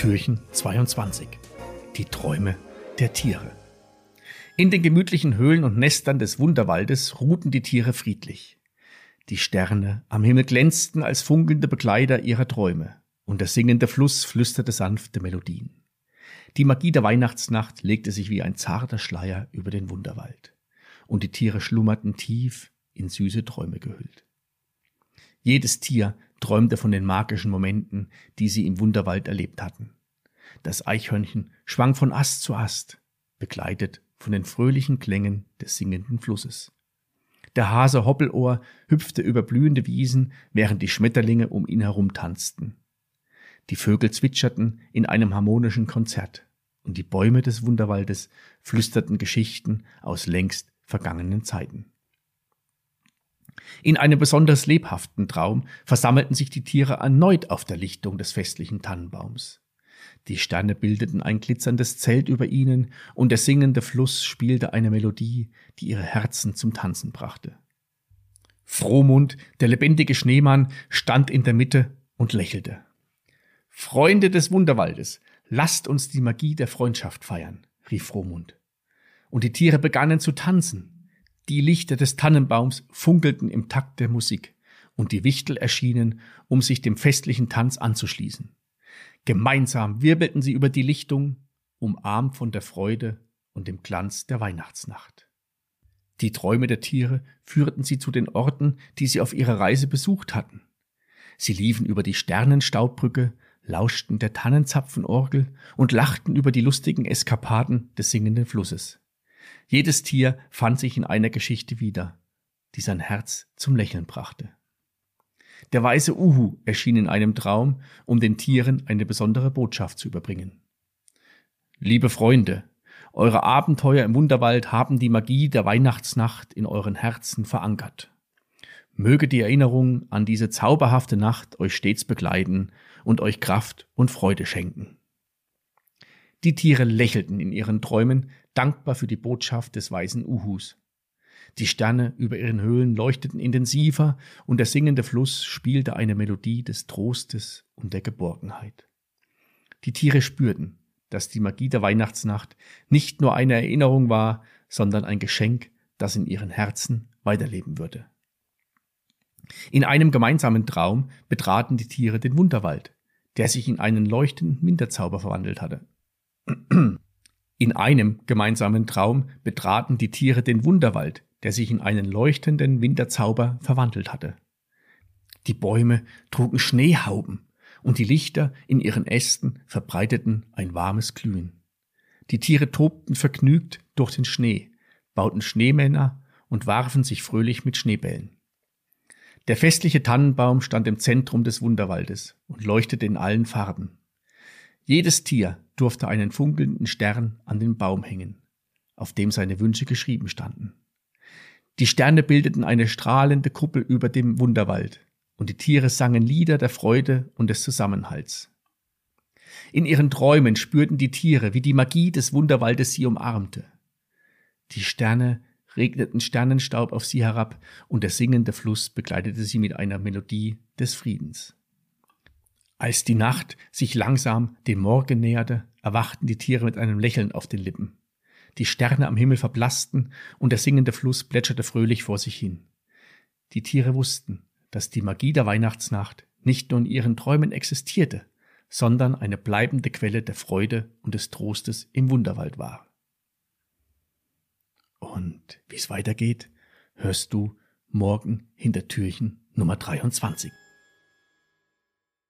Türchen 22. Die Träume der Tiere. In den gemütlichen Höhlen und Nestern des Wunderwaldes ruhten die Tiere friedlich. Die Sterne am Himmel glänzten als funkelnde Begleiter ihrer Träume, und der singende Fluss flüsterte sanfte Melodien. Die Magie der Weihnachtsnacht legte sich wie ein zarter Schleier über den Wunderwald, und die Tiere schlummerten tief in süße Träume gehüllt. Jedes Tier träumte von den magischen Momenten, die sie im Wunderwald erlebt hatten. Das Eichhörnchen schwang von Ast zu Ast, begleitet von den fröhlichen Klängen des singenden Flusses. Der Hase Hoppelohr hüpfte über blühende Wiesen, während die Schmetterlinge um ihn herum tanzten. Die Vögel zwitscherten in einem harmonischen Konzert, und die Bäume des Wunderwaldes flüsterten Geschichten aus längst vergangenen Zeiten. In einem besonders lebhaften Traum versammelten sich die Tiere erneut auf der Lichtung des festlichen Tannenbaums. Die Sterne bildeten ein glitzerndes Zelt über ihnen, und der singende Fluss spielte eine Melodie, die ihre Herzen zum Tanzen brachte. Frohmund, der lebendige Schneemann, stand in der Mitte und lächelte. »Freunde des Wunderwaldes, lasst uns die Magie der Freundschaft feiern«, rief Frohmund. Und die Tiere begannen zu tanzen. Die Lichter des Tannenbaums funkelten im Takt der Musik, und die Wichtel erschienen, um sich dem festlichen Tanz anzuschließen. Gemeinsam wirbelten sie über die Lichtung, umarmt von der Freude und dem Glanz der Weihnachtsnacht. Die Träume der Tiere führten sie zu den Orten, die sie auf ihrer Reise besucht hatten. Sie liefen über die Sternenstaubbrücke, lauschten der Tannenzapfenorgel und lachten über die lustigen Eskapaden des singenden Flusses. Jedes Tier fand sich in einer Geschichte wieder, die sein Herz zum Lächeln brachte. Der weise Uhu erschien in einem Traum, um den Tieren eine besondere Botschaft zu überbringen. »Liebe Freunde, eure Abenteuer im Wunderwald haben die Magie der Weihnachtsnacht in euren Herzen verankert. Möge die Erinnerung an diese zauberhafte Nacht euch stets begleiten und euch Kraft und Freude schenken.« Die Tiere lächelten in ihren Träumen, dankbar für die Botschaft des weisen Uhus. Die Sterne über ihren Höhlen leuchteten intensiver, und der singende Fluss spielte eine Melodie des Trostes und der Geborgenheit. Die Tiere spürten, dass die Magie der Weihnachtsnacht nicht nur eine Erinnerung war, sondern ein Geschenk, das in ihren Herzen weiterleben würde. In einem gemeinsamen Traum betraten die Tiere den Wunderwald, der sich in einen leuchtenden Winterzauber verwandelt hatte. In einem gemeinsamen Traum betraten die Tiere den Wunderwald, der sich in einen leuchtenden Winterzauber verwandelt hatte. Die Bäume trugen Schneehauben, und die Lichter in ihren Ästen verbreiteten ein warmes Glühen. Die Tiere tobten vergnügt durch den Schnee, bauten Schneemänner und warfen sich fröhlich mit Schneebällen. Der festliche Tannenbaum stand im Zentrum des Wunderwaldes und leuchtete in allen Farben. Jedes Tier durfte einen funkelnden Stern an den Baum hängen, auf dem seine Wünsche geschrieben standen. Die Sterne bildeten eine strahlende Kuppel über dem Wunderwald, und die Tiere sangen Lieder der Freude und des Zusammenhalts. In ihren Träumen spürten die Tiere, wie die Magie des Wunderwaldes sie umarmte. Die Sterne regneten Sternenstaub auf sie herab, und der singende Fluss begleitete sie mit einer Melodie des Friedens. Als die Nacht sich langsam dem Morgen näherte, erwachten die Tiere mit einem Lächeln auf den Lippen. Die Sterne am Himmel verblassten, und der singende Fluss plätscherte fröhlich vor sich hin. Die Tiere wussten, dass die Magie der Weihnachtsnacht nicht nur in ihren Träumen existierte, sondern eine bleibende Quelle der Freude und des Trostes im Wunderwald war. Und wie es weitergeht, hörst du morgen hinter Türchen Nummer 23.